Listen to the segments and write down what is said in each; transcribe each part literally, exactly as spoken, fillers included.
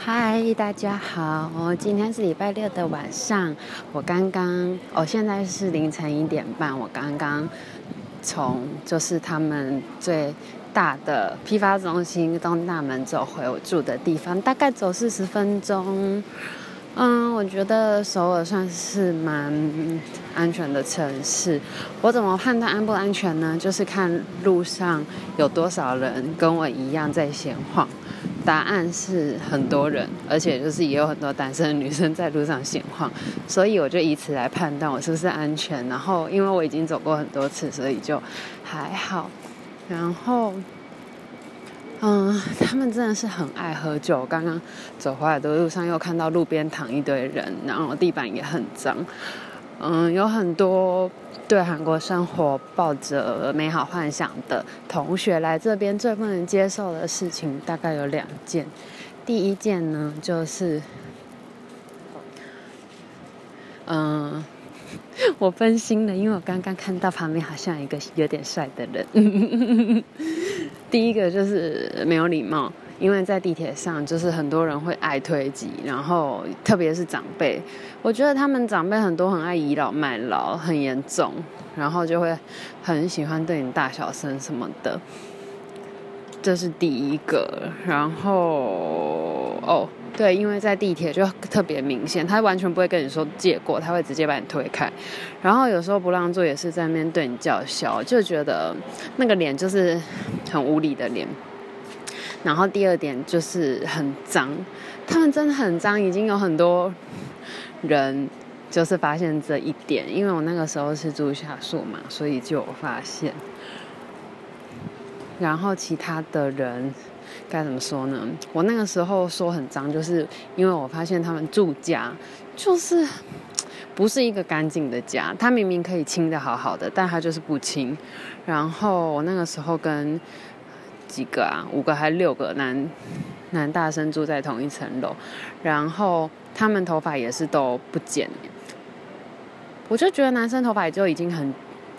嗨，大家好，今天是礼拜六的晚上，我刚刚，哦，现在是凌晨一点半，我刚刚从就是他们最大的批发中心东大门走回我住的地方，大概走四十分钟。嗯，我觉得首尔算是蛮安全的城市。我怎么判断安不安全呢？就是看路上有多少人跟我一样在闲晃。答案是很多人，而且就是也有很多单身的女生在路上闲晃，所以我就以此来判断我是不是安全。然后因为我已经走过很多次，所以就还好。然后嗯，他们真的是很爱喝酒。刚刚走回来的路上又看到路边躺一堆人，然后地板也很脏。嗯，有很多对韩国生活抱着美好幻想的同学来这边，最不能接受的事情大概有两件。第一件呢，就是嗯，我分心了，因为我刚刚看到旁边好像有一个有点帅的人。第一个就是没有礼貌，因为在地铁上就是很多人会爱推挤，然后特别是长辈，我觉得他们长辈很多很爱倚老卖老，很严重，然后就会很喜欢对你大小声什么的，这是第一个。然后哦对，因为在地铁就特别明显，他完全不会跟你说借过，他会直接把你推开，然后有时候不让座也是在那边对你叫嚣，就觉得那个脸就是很无理的脸。然后第二点就是很脏，他们真的很脏，已经有很多人就是发现这一点，因为我那个时候是住下宿嘛，所以就有发现。然后其他的人该怎么说呢？我那个时候说很脏，就是因为我发现他们住家就是不是一个干净的家，他明明可以清得好好的，但他就是不清。然后我那个时候跟几个啊，五个还六个男男大生住在同一层楼，然后他们头发也是都不剪，我就觉得男生头发就已经很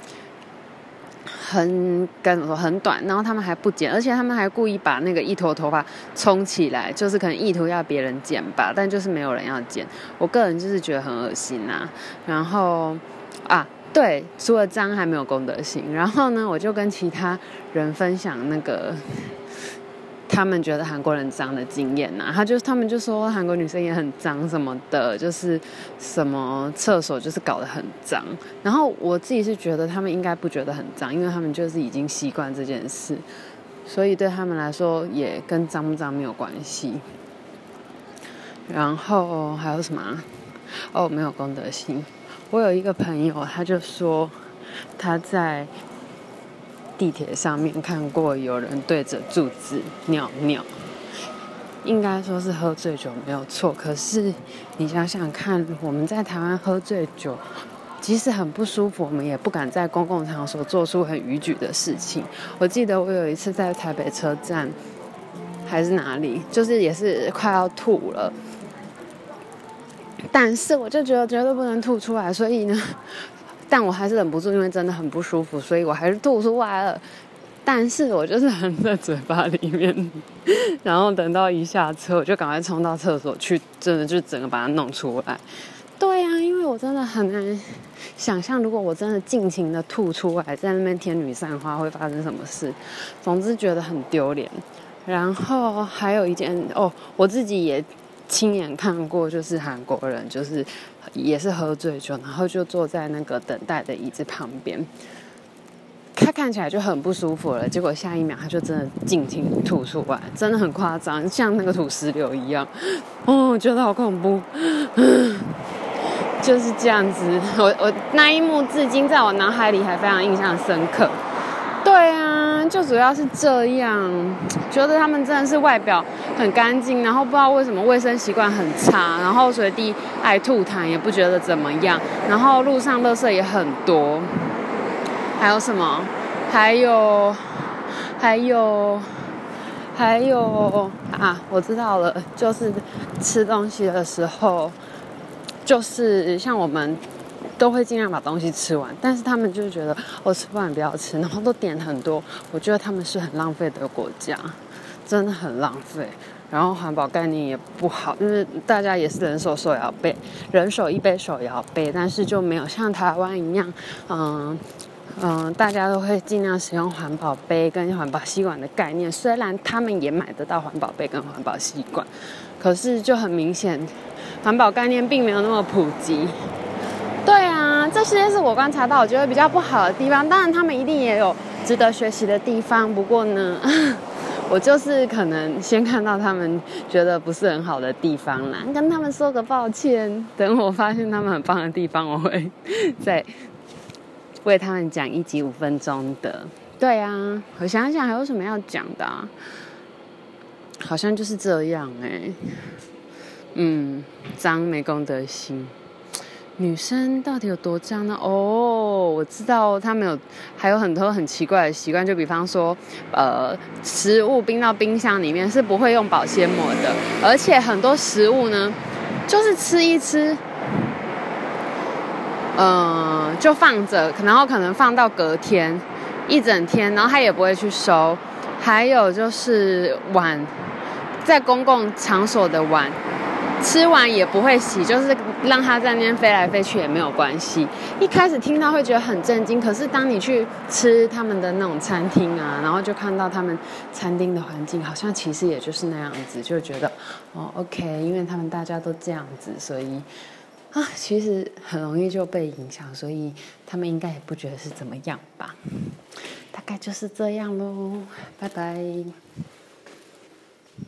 很该怎么说很短，然后他们还不剪，而且他们还故意把那个一坨头发冲起来，就是可能意图要别人剪吧，但就是没有人要剪。我个人就是觉得很恶心啊。然后啊，对，除了脏还没有公德心。然后呢，我就跟其他人分享那个他们觉得韩国人脏的经验啊，他就他们就说韩国女生也很脏什么的，就是什么厕所就是搞得很脏。然后我自己是觉得他们应该不觉得很脏，因为他们就是已经习惯这件事，所以对他们来说也跟脏不脏没有关系。然后还有什么啊？哦，没有公德心。我有一个朋友，他就说他在地铁上面看过有人对着柱子尿尿，应该说是喝醉酒没有错。可是你想想看，我们在台湾喝醉酒，即使很不舒服，我们也不敢在公共场所做出很逾矩的事情。我记得我有一次在台北车站还是哪里，就是也是快要吐了，但是我就觉得绝对不能吐出来，所以呢但我还是忍不住，因为真的很不舒服，所以我还是吐出来了。但是我就是含在嘴巴里面，然后等到一下车，我就赶快冲到厕所去，真的就整个把它弄出来。对啊，因为我真的很难想象，如果我真的尽情的吐出来，在那边天女散花会发生什么事。总之觉得很丢脸。然后还有一件哦，我自己也亲眼看过，就是韩国人就是也是喝醉酒，然后就坐在那个等待的椅子旁边，他看起来就很不舒服了，结果下一秒他就真的尽情的吐出来，真的很夸张，像那个土石流一样。哦，我觉得好恐怖。就是这样子，我我那一幕至今在我脑海里还非常印象深刻。对啊，就主要是这样，觉得他们真的是外表很干净，然后不知道为什么卫生习惯很差，然后随地爱吐痰也不觉得怎么样，然后路上垃圾也很多。还有什么？还有，还有，还有啊！我知道了，就是吃东西的时候，就是像我们都会尽量把东西吃完，但是他们就觉得我、哦、吃不完不要吃，然后都点很多。我觉得他们是很浪费的国家，真的很浪费。 然后环保概念也不好，就是大家也是人手手摇杯，人手一杯手摇杯，但是就没有像台湾一样，嗯嗯，大家都会尽量使用环保杯跟环保吸管的概念。虽然他们也买得到环保杯跟环保吸管，可是就很明显，环保概念并没有那么普及。对啊，这些是我观察到我觉得比较不好的地方。当然，他们一定也有值得学习的地方。不过呢，我就是可能先看到他们觉得不是很好的地方啦，跟他们说个抱歉。等我发现他们很棒的地方，我会再为他们讲一集五分钟的。对啊，我想想还有什么要讲的啊？好像就是这样哎、欸。嗯，脏没公德心。女生到底有多脏呢？哦，我知道他们有还有很多很奇怪的习惯，就比方说，呃，食物冰到冰箱里面是不会用保鲜膜的，而且很多食物呢，就是吃一吃，呃，就放着，然后可能放到隔天一整天，然后他也不会去收。还有就是碗，在公共场所的碗。吃完也不会洗，就是让它在那边飞来飞去也没有关系。一开始听到会觉得很震惊，可是当你去吃他们的那种餐厅啊，然后就看到他们餐厅的环境，好像其实也就是那样子，就觉得哦 ，OK， 因为他们大家都这样子，所以啊，其实很容易就被影响，所以他们应该也不觉得是怎么样吧。大概就是这样咯，拜拜。